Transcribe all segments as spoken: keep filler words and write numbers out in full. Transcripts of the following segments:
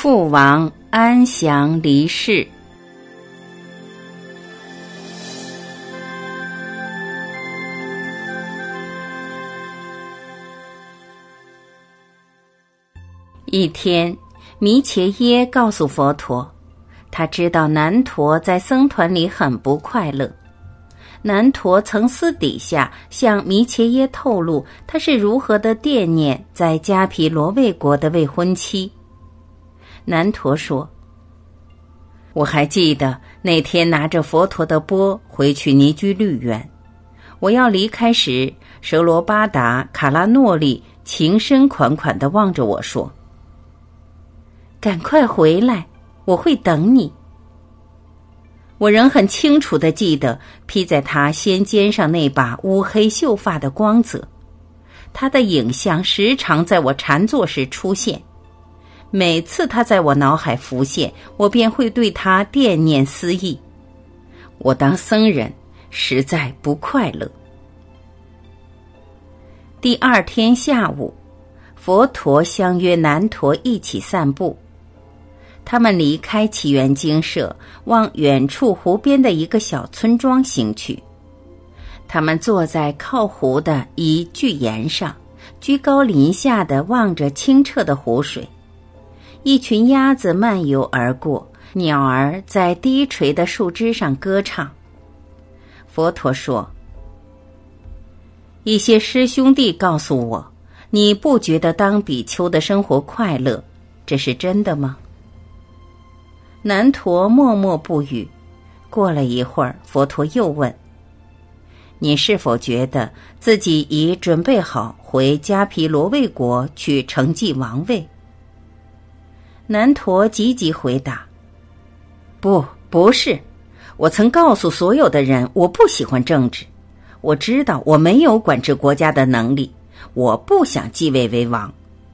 父王安详离世。一天，弥伽耶告诉佛陀，他知道南陀在僧团里很不快乐。南陀曾私底下向弥伽耶透露他是如何的惦念在迦毗罗卫国的未婚妻。南陀说，我还记得那天拿着佛陀的钵回去尼居绿园，我要离开时，舍罗巴达卡拉诺利情深款款地望着我说，赶快回来，我会等你。我仍很清楚地记得披在他肩肩上那把乌黑秀发的光泽，他的影像时常在我禅坐时出现。每次他在我脑海浮现，我便会对他惦念思忆。我当僧人实在不快乐。第二天下午，佛陀相约南陀一起散步。他们离开祇园精舍，往远处湖边的一个小村庄行去。他们坐在靠湖的一巨岩上，居高临下地望着清澈的湖水。一群鸭子漫游而过，鸟儿在低垂的树枝上歌唱。佛陀说，一些师兄弟告诉我，你不觉得当比丘的生活快乐，这是真的吗？南陀默默不语。过了一会儿，佛陀又问，你是否觉得自己已准备好回迦毗罗卫国去承继王位？南陀急急回答，不，不是。我曾告诉所有的人，我不喜欢政治。我知道我没有管制国家的能力，我不想继位为王。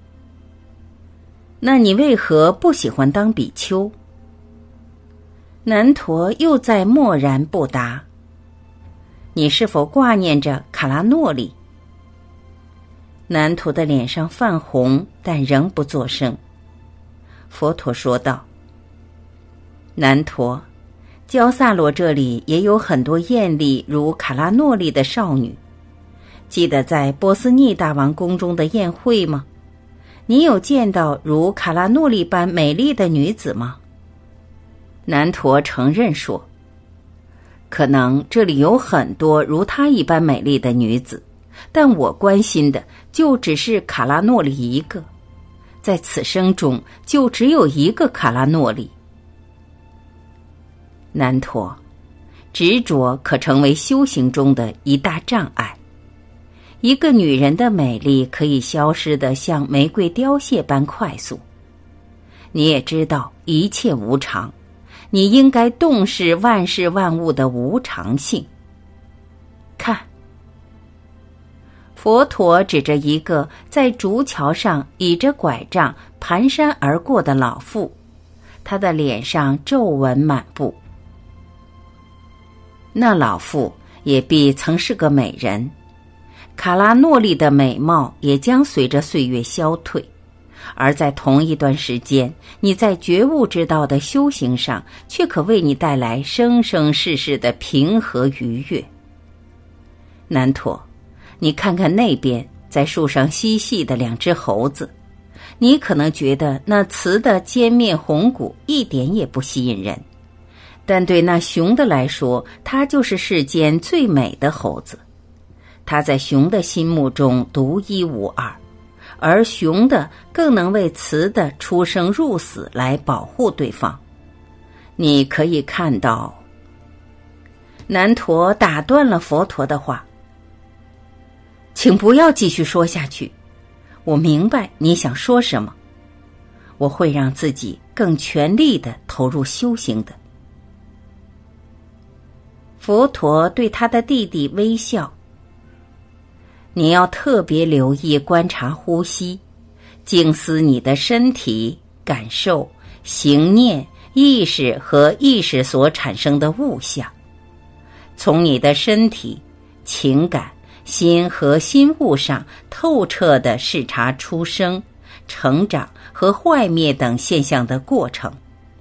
那你为何不喜欢当比丘？南陀又在默然不答。你是否挂念着卡拉诺里？南陀的脸上泛红，但仍不作声。佛陀说道，南陀，焦萨罗这里也有很多艳丽如卡拉诺利的少女。记得在波斯匿大王宫中的宴会吗？你有见到如卡拉诺利般美丽的女子吗？南陀承认说，可能这里有很多如她一般美丽的女子，但我关心的就只是卡拉诺利一个，在此生中就只有一个卡拉诺利。南陀，执着可成为修行中的一大障碍。一个女人的美丽可以消失得像玫瑰凋谢般快速。你也知道一切无常，你应该洞视万事万物的无常性。看，佛陀指着一个在竹桥上倚着拐杖蹒跚而过的老妇，她的脸上皱纹满布。那老妇也必曾是个美人，卡拉诺利的美貌也将随着岁月消退，而在同一段时间，你在觉悟之道的修行上却可为你带来生生世世的平和愉悦。南陀，你看看那边在树上嬉戏的两只猴子，你可能觉得那雌的尖面红骨一点也不吸引人，但对那雄的来说，它就是世间最美的猴子。它在雄的心目中独一无二，而雄的更能为雌的出生入死来保护对方。你可以看到，南陀打断了佛陀的话，请不要继续说下去，我明白你想说什么，我会让自己更全力地投入修行的。佛陀对他的弟弟微笑，你要特别留意观察呼吸，静思你的身体、感受、行念、意识和意识所产生的物象，从你的身体、情感、心和心物上透彻地视察出生， 成长和坏灭等现象的过程。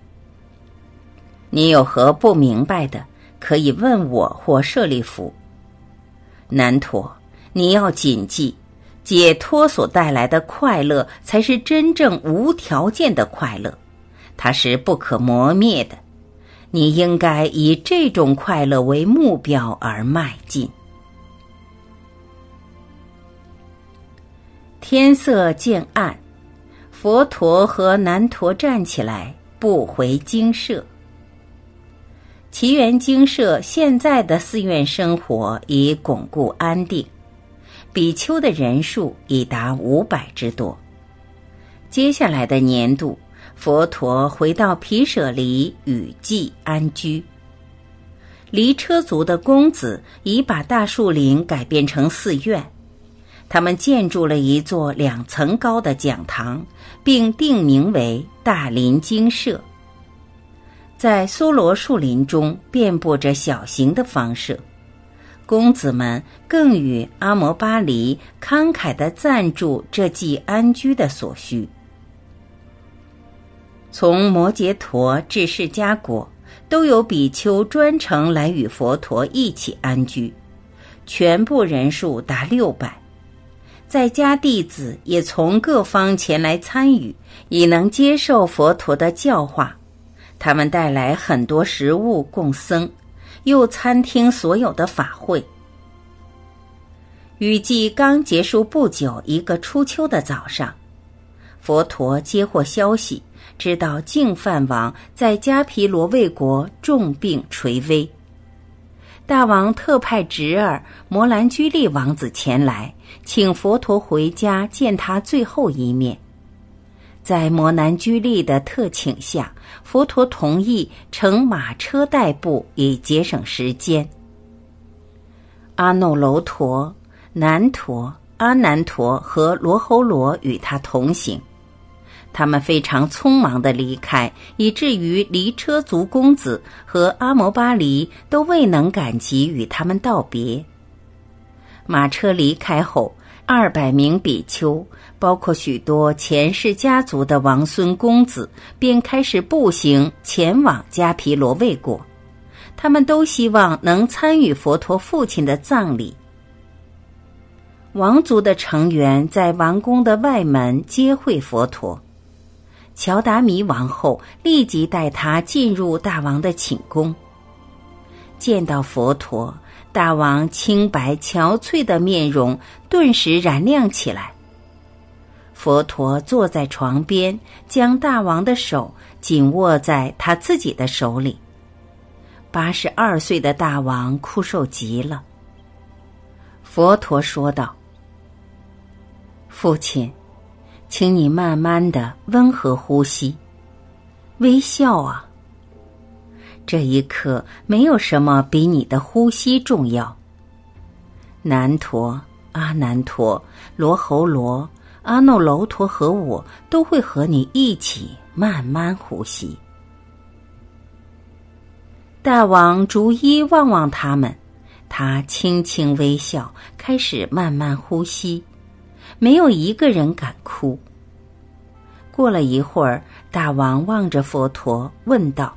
你有何不明白的，可以问我或舍利弗。难陀，你要谨记，解脱所带来的快乐才是真正无条件的快乐，它是不可磨灭的。你应该以这种快乐为目标而迈进。天色渐暗，佛陀和难陀站起来，步回精舍。祇园精舍现在的寺院生活已巩固安定，比丘的人数已达五百之多。接下来的年度，佛陀回到毗舍离雨季安居。离车族的公子已把大树林改变成寺院，他们建筑了一座两层高的讲堂，并定名为大林精舍。在梭罗树林中遍布着小型的房舍，公子们更与阿摩巴黎慷慨地赞助这既安居的所需。从摩羯陀至释迦国，都有比丘专程来与佛陀一起安居，全部人数达六百。在家弟子也从各方前来参与，以能接受佛陀的教化。他们带来很多食物供僧，又参听所有的法会。雨季刚结束不久，一个初秋的早上，佛陀接获消息，知道净饭王在迦毗罗卫国重病垂危。大王特派侄儿摩兰居利王子前来，请佛陀回家见他最后一面。在摩兰居利的特请下，佛陀同意乘马车代步，以节省时间。阿耨楼陀、难陀、阿难陀和罗睺罗与他同行。他们非常匆忙地离开，以至于离车族公子和阿摩巴黎都未能赶及与他们道别。马车离开后，二百名比丘，包括许多前世家族的王孙公子，便开始步行前往迦毗罗卫国。他们都希望能参与佛陀父亲的葬礼。王族的成员在王宫的外门接会佛陀。乔达弥王后立即带他进入大王的寝宫。见到佛陀，大王清白憔悴的面容顿时燃亮起来。佛陀坐在床边，将大王的手紧握在他自己的手里。八十二岁的大王枯瘦极了。佛陀说道：父亲，请你慢慢的温和呼吸，微笑啊。这一刻没有什么比你的呼吸重要。难陀、阿难陀、罗睺罗、阿耨楼陀和我都会和你一起慢慢呼吸。大王逐一望望他们，他轻轻微笑，开始慢慢呼吸。没有一个人敢哭。过了一会儿，大王望着佛陀问道：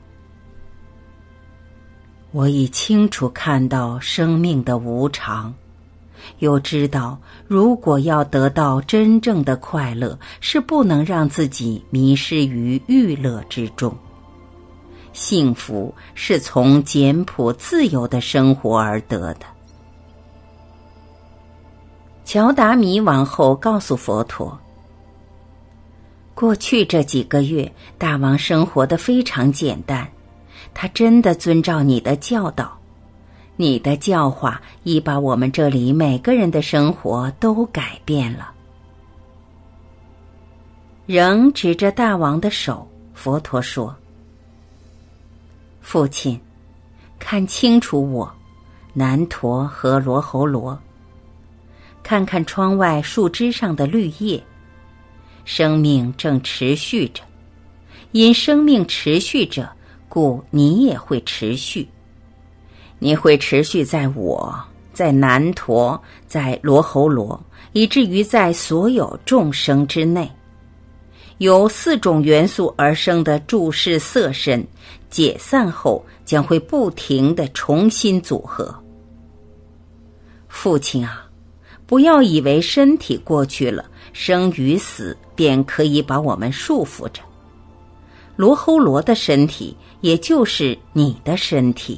我已清楚看到生命的无常，又知道如果要得到真正的快乐，是不能让自己迷失于欲乐之中。幸福是从简朴自由的生活而得的。乔达弥王后告诉佛陀，过去这几个月，大王生活得非常简单，他真的遵照你的教导，你的教化已把我们这里每个人的生活都改变了。仍指着大王的手，佛陀说：父亲，看清楚我，难陀和罗睺罗，看看窗外树枝上的绿叶，生命正持续着，因生命持续着，故你也会持续。你会持续在我，在难陀，在罗睺罗，以至于在所有众生之内。 由四种元素而生的注视色身，解散后将会不停地重新组合。父亲啊，不要以为身体过去了，生与死便可以把我们束缚着。罗睺罗的身体，也就是你的身体。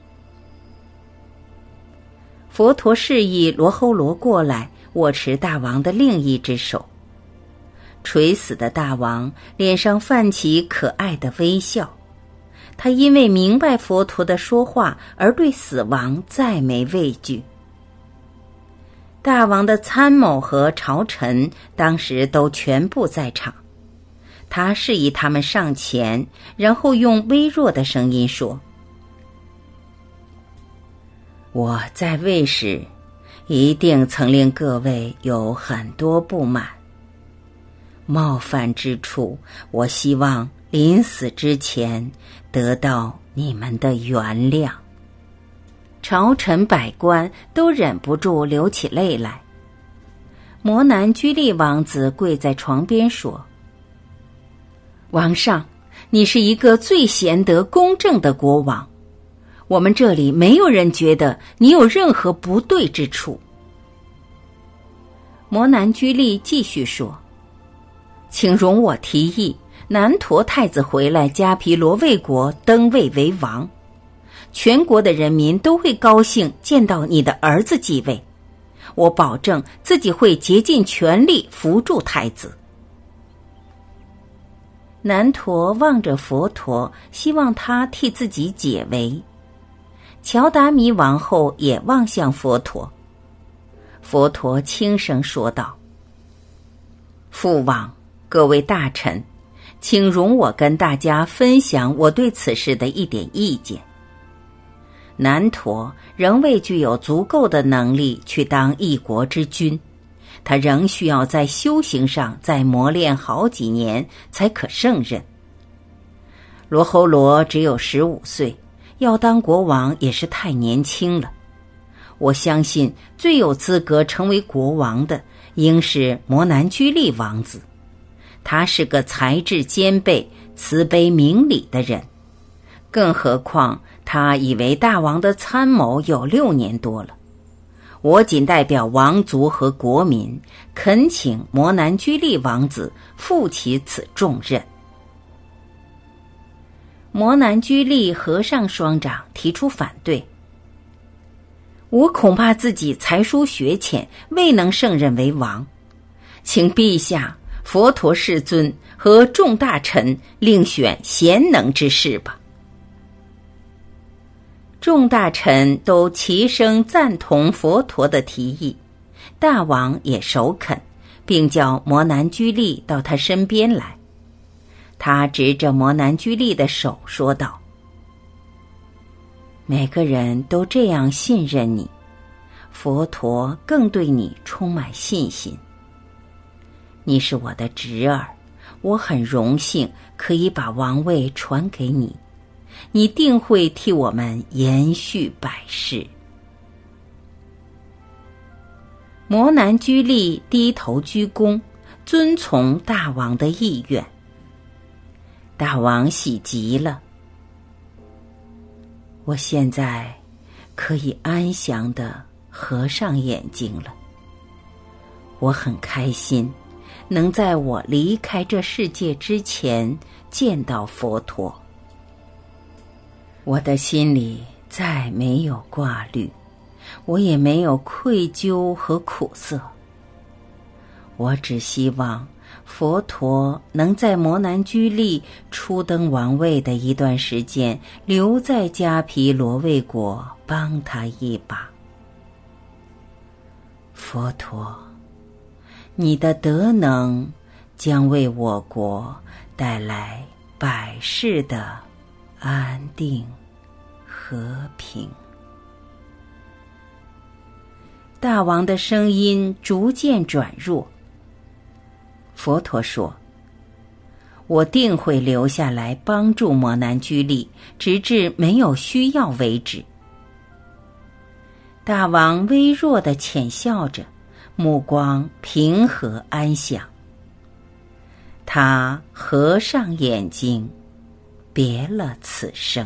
佛陀示意罗睺罗过来，握持大王的另一只手。垂死的大王脸上泛起可爱的微笑，他因为明白佛陀的说话而对死亡再没畏惧。大王的参谋和朝臣当时都全部在场，他示意他们上前，然后用微弱的声音说：我在位时一定曾令各位有很多不满，冒犯之处，我希望临死之前得到你们的原谅。朝臣百官都忍不住流起泪来。摩南居利王子跪在床边说：王上，你是一个最贤德公正的国王，我们这里没有人觉得你有任何不对之处。摩南居利继续说：请容我提议，南陀太子回来迦毗罗卫国登位为王，全国的人民都会高兴见到你的儿子继位，我保证自己会竭尽全力扶助太子。南陀望着佛陀，希望他替自己解围。乔达弥王后也望向佛陀。佛陀轻声说道：父王，各位大臣，请容我跟大家分享我对此事的一点意见。南陀仍未具有足够的能力去当一国之君，他仍需要在修行上再磨练好几年才可胜任。罗睺罗只有十五岁，要当国王也是太年轻了。我相信最有资格成为国王的应是摩南居利王子，他是个才智兼备、慈悲明理的人，更何况他已为大王的参谋有六年多了。我仅代表王族和国民，恳请摩南居利王子负起此重任。摩南居利合上双掌，提出反对：我恐怕自己才疏学浅，未能胜任为王，请陛下、佛陀世尊和众大臣另选贤能之士吧。众大臣都齐声赞同佛陀的提议，大王也首肯，并叫摩南居利到他身边来。他执着摩南居利的手说道：每个人都这样信任你，佛陀更对你充满信心。你是我的侄儿，我很荣幸可以把王位传给你，你定会替我们延续百世。摩南居利低头鞠躬，遵从大王的意愿。大王喜极了，我现在可以安详地合上眼睛了。我很开心，能在我离开这世界之前见到佛陀。我的心里再没有挂虑，我也没有愧疚和苦涩。我只希望佛陀能在摩南居利初登王位的一段时间留在迦毗罗卫国，帮他一把。佛陀，你的德能将为我国带来百世的安定和平。大王的声音逐渐转弱。佛陀说：我定会留下来帮助摩南居利，直至没有需要为止。大王微弱地浅笑着，目光平和安详。 他合上眼睛，别了此生。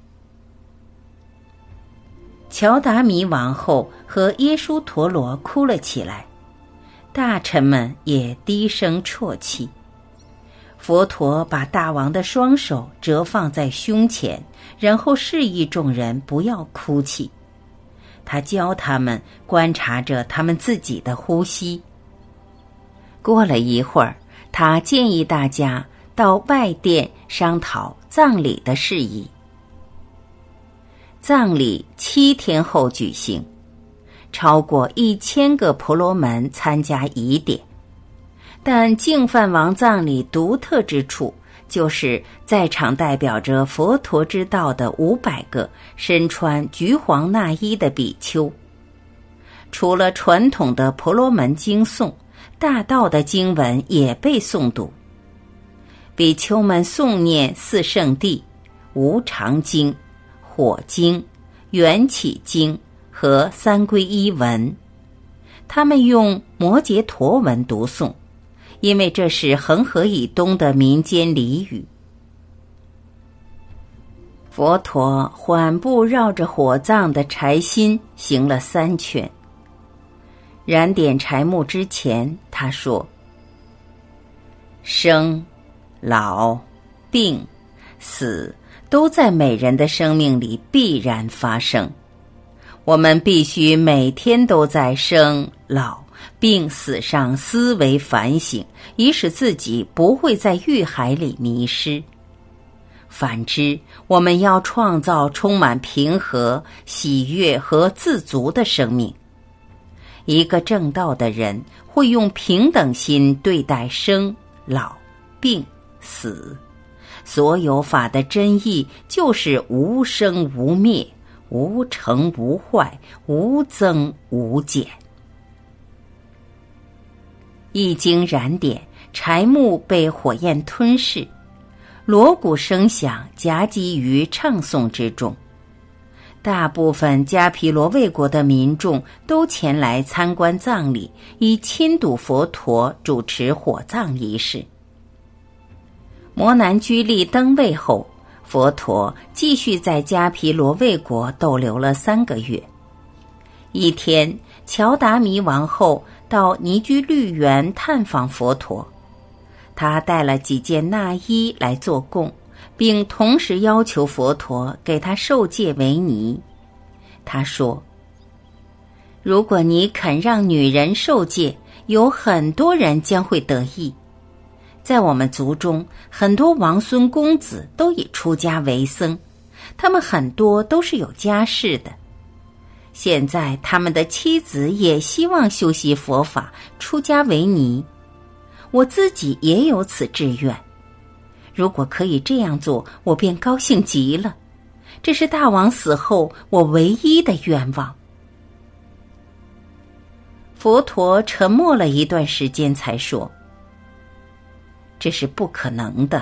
乔达弥王后和耶输陀罗哭了起来，大臣们也低声啜泣。佛陀把大王的双手折放在胸前，然后示意众人不要哭泣。他教他们观察着他们自己的呼吸。过了一会儿，他建议大家到外殿商讨葬礼的事宜。葬礼七天后举行，超过一千个婆罗门参加仪典。但净饭王葬礼独特之处，就是在场代表着佛陀之道的五百个身穿橘黄衲衣的比丘。除了传统的婆罗门经诵，大道的经文也被诵读。比丘们诵念四圣谛、无常经、火经、缘起经和三皈依文。他们用摩羯陀文读诵，因为这是恒河以东的民间俚语。佛陀缓步绕着火葬的柴薪行了三圈。燃点柴木之前，他说：生、老、病、死都在每人的生命里必然发生。我们必须每天都在生、老、病死上思维反省，以使自己不会在欲海里迷失。反之，我们要创造充满平和、喜悦和自足的生命。一个正道的人会用平等心对待生、老、病、死。所有法的真意就是无生无灭，无成无坏，无增无减。一经燃点，柴木被火焰吞噬，锣鼓声响夹击于唱诵之中。大部分迦毗罗卫国的民众都前来参观葬礼，以亲睹佛陀主持火葬仪式。摩难居利登位后，佛陀继续在迦毗罗卫国逗留了三个月。一天，乔达弥王后到尼居绿园探访佛陀，她带了几件衲衣来做供，并同时要求佛陀给她受戒为尼。她说：如果你肯让女人受戒，有很多人将会得益。在我们族中，很多王孙公子都以出家为僧，他们很多都是有家室的。现在他们的妻子也希望修习佛法，出家为尼。我自己也有此志愿。如果可以这样做，我便高兴极了。这是大王死后我唯一的愿望。佛陀沉默了一段时间才说：这是不可能的。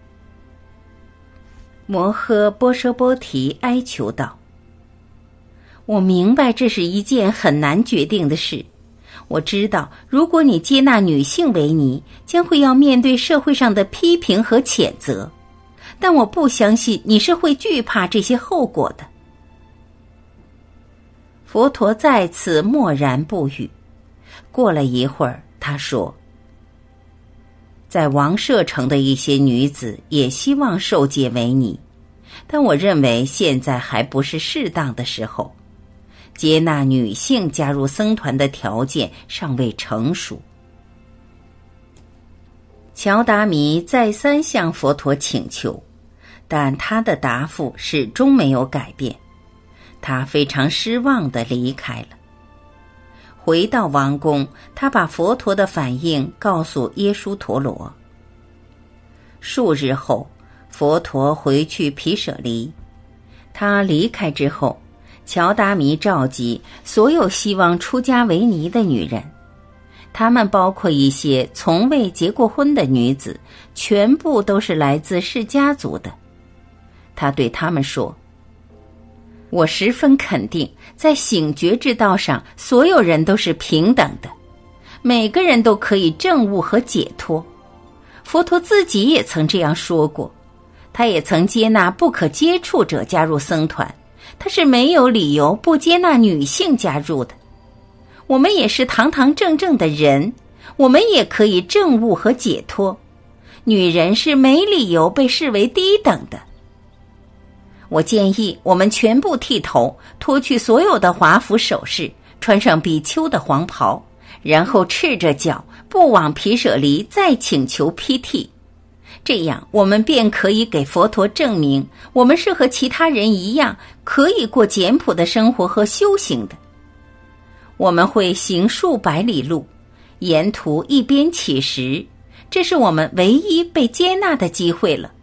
摩诃波奢波提哀求道：我明白这是一件很难决定的事。我知道，如果你接纳女性为尼，将会要面对社会上的批评和谴责，但我不相信你是会惧怕这些后果的。佛陀再次默然不语。过了一会儿，他说：在王舍城的一些女子也希望受戒为尼，但我认为现在还不是适当的时候。接纳女性加入僧团的条件尚未成熟。乔达弥再三向佛陀请求，但他的答复始终没有改变。他非常失望地离开了。回到王宫，他把佛陀的反应告诉耶输陀罗。数日后，佛陀回去毗舍离。他离开之后，乔达弥召集所有希望出家为尼的女人，她们包括一些从未结过婚的女子，全部都是来自释迦族的。他对她们说：我十分肯定，在醒觉之道上，所有人都是平等的，每个人都可以证悟和解脱。 佛陀自己也曾这样说过，他也曾接纳不可接触者加入僧团，他是没有理由不接纳女性加入的。我们也是堂堂正正的人，我们也可以证悟和解脱，女人是没理由被视为低等的。我建议我们全部剃头，脱去所有的华服首饰，穿上比丘的黄袍，然后赤着脚不往毗舍离再请求披剃。这样我们便可以给佛陀证明，我们是和其他人一样，可以过简朴的生活和修行的。我们会行数百里路，沿途一边乞食，这是我们唯一被接纳的机会了。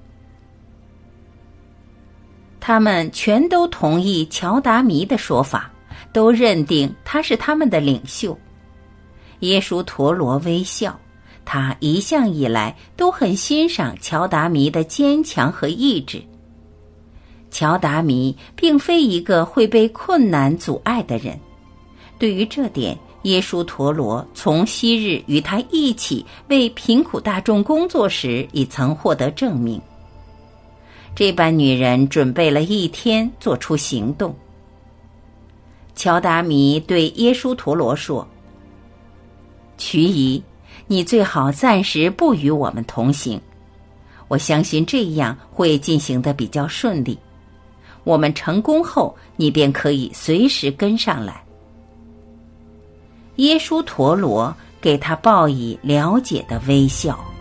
他们全都同意乔达弥的说法，都认定他是他们的领袖。耶输陀罗微笑，他一向以来都很欣赏乔达弥的坚强和意志。乔达弥并非一个会被困难阻碍的人，对于这点，耶输陀罗从昔日与他一起为贫苦大众工作时已曾获得证明。这般女人准备了一天做出行动。乔达弥对耶输陀罗说：瞿夷，你最好暂时不与我们同行，我相信这样会进行得比较顺利。我们成功后，你便可以随时跟上来。耶输陀罗给他报以了解的微笑。